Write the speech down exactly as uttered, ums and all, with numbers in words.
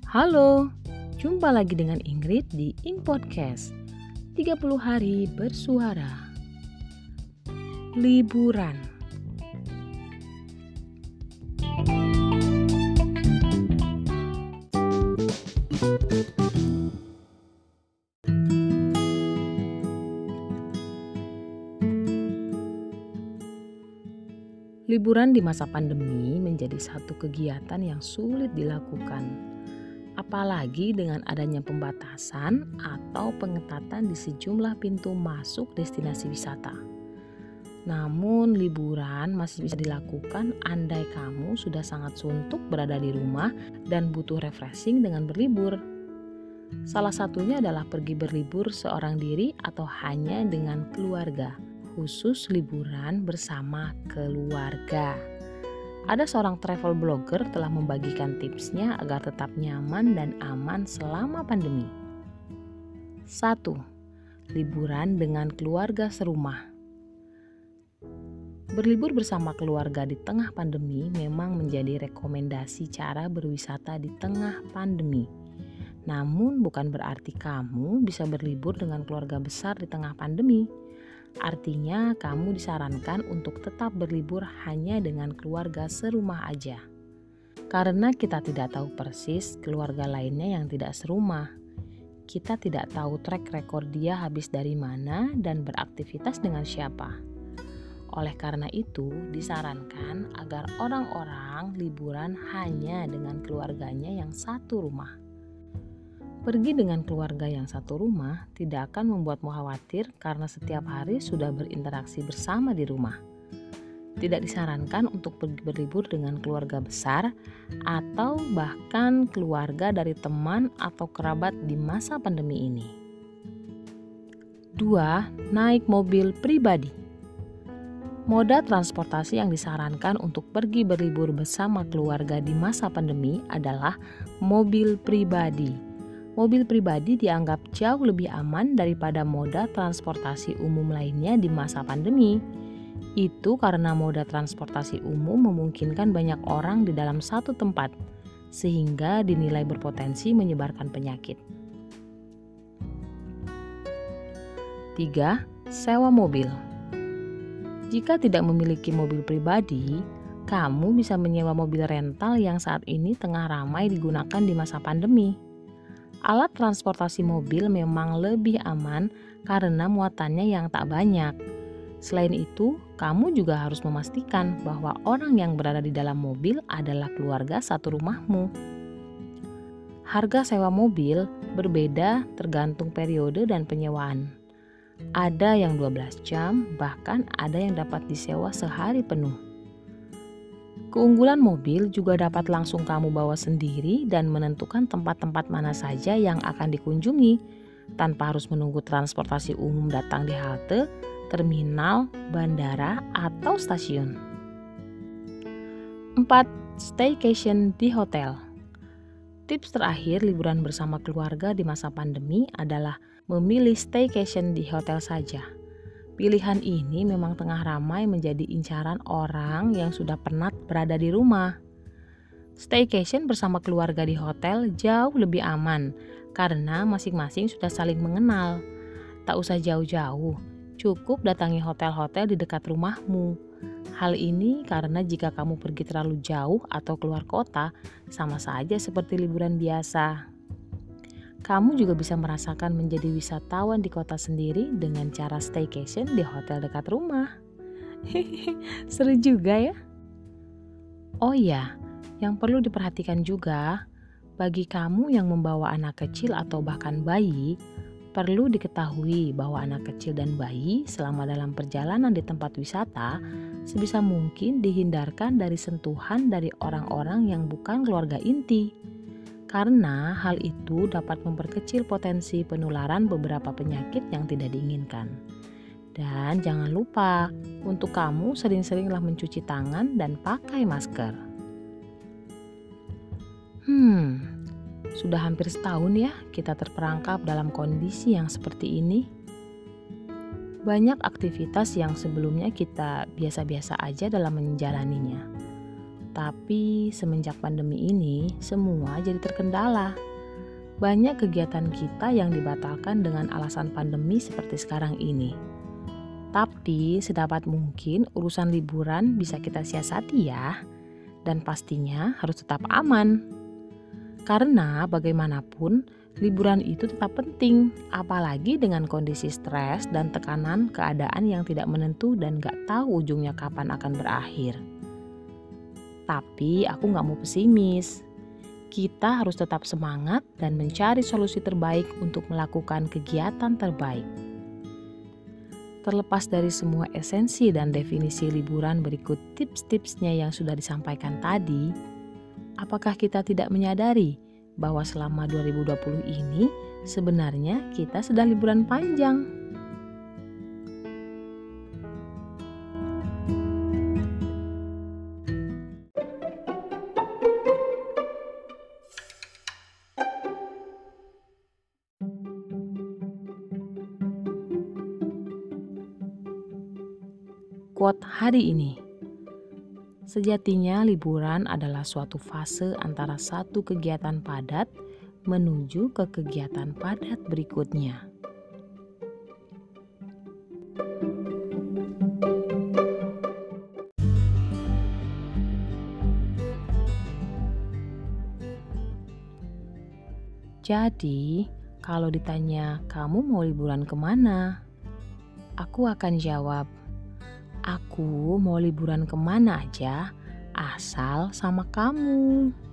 Halo, jumpa lagi dengan Ingrid di In Podcast tiga puluh Hari Bersuara. Liburan. Liburan di masa pandemi menjadi satu kegiatan yang sulit dilakukan, apalagi dengan adanya pembatasan atau pengetatan di sejumlah pintu masuk destinasi wisata. Namun liburan masih bisa dilakukan andai kamu sudah sangat suntuk berada di rumah dan butuh refreshing dengan berlibur. Salah satunya adalah pergi berlibur seorang diri atau hanya dengan keluarga. Khusus liburan bersama keluarga. Ada seorang travel blogger telah membagikan tipsnya agar tetap nyaman dan aman selama pandemi. satu. Liburan dengan keluarga serumah. Berlibur bersama keluarga di tengah pandemi memang menjadi rekomendasi cara berwisata di tengah pandemi. Namun bukan berarti kamu bisa berlibur dengan keluarga besar di tengah pandemi. Artinya kamu disarankan untuk tetap berlibur hanya dengan keluarga serumah aja. Karena kita tidak tahu persis keluarga lainnya yang tidak serumah. Kita tidak tahu track record dia habis dari mana dan beraktivitas dengan siapa. Oleh karena itu disarankan agar orang-orang liburan hanya dengan keluarganya yang satu rumah. Pergi dengan keluarga yang satu rumah tidak akan membuatmu khawatir karena setiap hari sudah berinteraksi bersama di rumah. Tidak disarankan untuk pergi berlibur dengan keluarga besar atau bahkan keluarga dari teman atau kerabat di masa pandemi ini. dua. Naik mobil pribadi. Moda transportasi yang disarankan untuk pergi berlibur bersama keluarga di masa pandemi adalah mobil pribadi. Mobil pribadi dianggap jauh lebih aman daripada moda transportasi umum lainnya di masa pandemi. Itu karena moda transportasi umum memungkinkan banyak orang di dalam satu tempat, sehingga dinilai berpotensi menyebarkan penyakit. tiga. Sewa mobil. Jika tidak memiliki mobil pribadi, kamu bisa menyewa mobil rental yang saat ini tengah ramai digunakan di masa pandemi. Alat transportasi mobil memang lebih aman karena muatannya yang tak banyak. Selain itu, kamu juga harus memastikan bahwa orang yang berada di dalam mobil adalah keluarga satu rumahmu. Harga sewa mobil berbeda tergantung periode dan penyewaan. Ada yang dua belas jam, bahkan ada yang dapat disewa sehari penuh. Keunggulan mobil juga dapat langsung kamu bawa sendiri dan menentukan tempat-tempat mana saja yang akan dikunjungi tanpa harus menunggu transportasi umum datang di halte, terminal, bandara, atau stasiun. empat. Staycation di hotel. Tips terakhir liburan bersama keluarga di masa pandemi adalah memilih staycation di hotel saja. Pilihan ini memang tengah ramai menjadi incaran orang yang sudah penat berada di rumah. Staycation bersama keluarga di hotel jauh lebih aman karena masing-masing sudah saling mengenal. Tak usah jauh-jauh, cukup datangi hotel-hotel di dekat rumahmu. Hal ini karena jika kamu pergi terlalu jauh atau keluar kota, sama saja seperti liburan biasa. Kamu juga bisa merasakan menjadi wisatawan di kota sendiri dengan cara staycation di hotel dekat rumah. Seru juga ya. Oh iya, yang perlu diperhatikan juga, bagi kamu yang membawa anak kecil atau bahkan bayi, perlu diketahui bahwa anak kecil dan bayi selama dalam perjalanan di tempat wisata sebisa mungkin dihindarkan dari sentuhan dari orang-orang yang bukan keluarga inti. Karena hal itu dapat memperkecil potensi penularan beberapa penyakit yang tidak diinginkan. Dan jangan lupa untuk kamu sering-seringlah mencuci tangan dan pakai masker. Hmm, sudah hampir setahun ya kita terperangkap dalam kondisi yang seperti ini. Banyak aktivitas yang sebelumnya kita biasa-biasa aja dalam menjalaninya. Tapi semenjak pandemi ini, semua jadi terkendala. Banyak kegiatan kita yang dibatalkan dengan alasan pandemi seperti sekarang ini. Tapi sedapat mungkin urusan liburan bisa kita siasati ya. Dan pastinya harus tetap aman. Karena bagaimanapun, liburan itu tetap penting, apalagi dengan kondisi stres dan tekanan keadaan yang tidak menentu dan gak tahu ujungnya kapan akan berakhir. Tapi aku gak mau pesimis. Kita harus tetap semangat dan mencari solusi terbaik untuk melakukan kegiatan terbaik. Terlepas dari semua esensi dan definisi liburan berikut tips-tipsnya yang sudah disampaikan tadi, apakah kita tidak menyadari bahwa selama dua ribu dua puluh ini sebenarnya kita sedang liburan panjang? Quote hari ini, sejatinya liburan adalah suatu fase antara satu kegiatan padat menuju ke kegiatan padat berikutnya. Jadi, kalau ditanya kamu mau liburan kemana? Aku akan jawab, aku mau liburan kemana aja, asal sama kamu.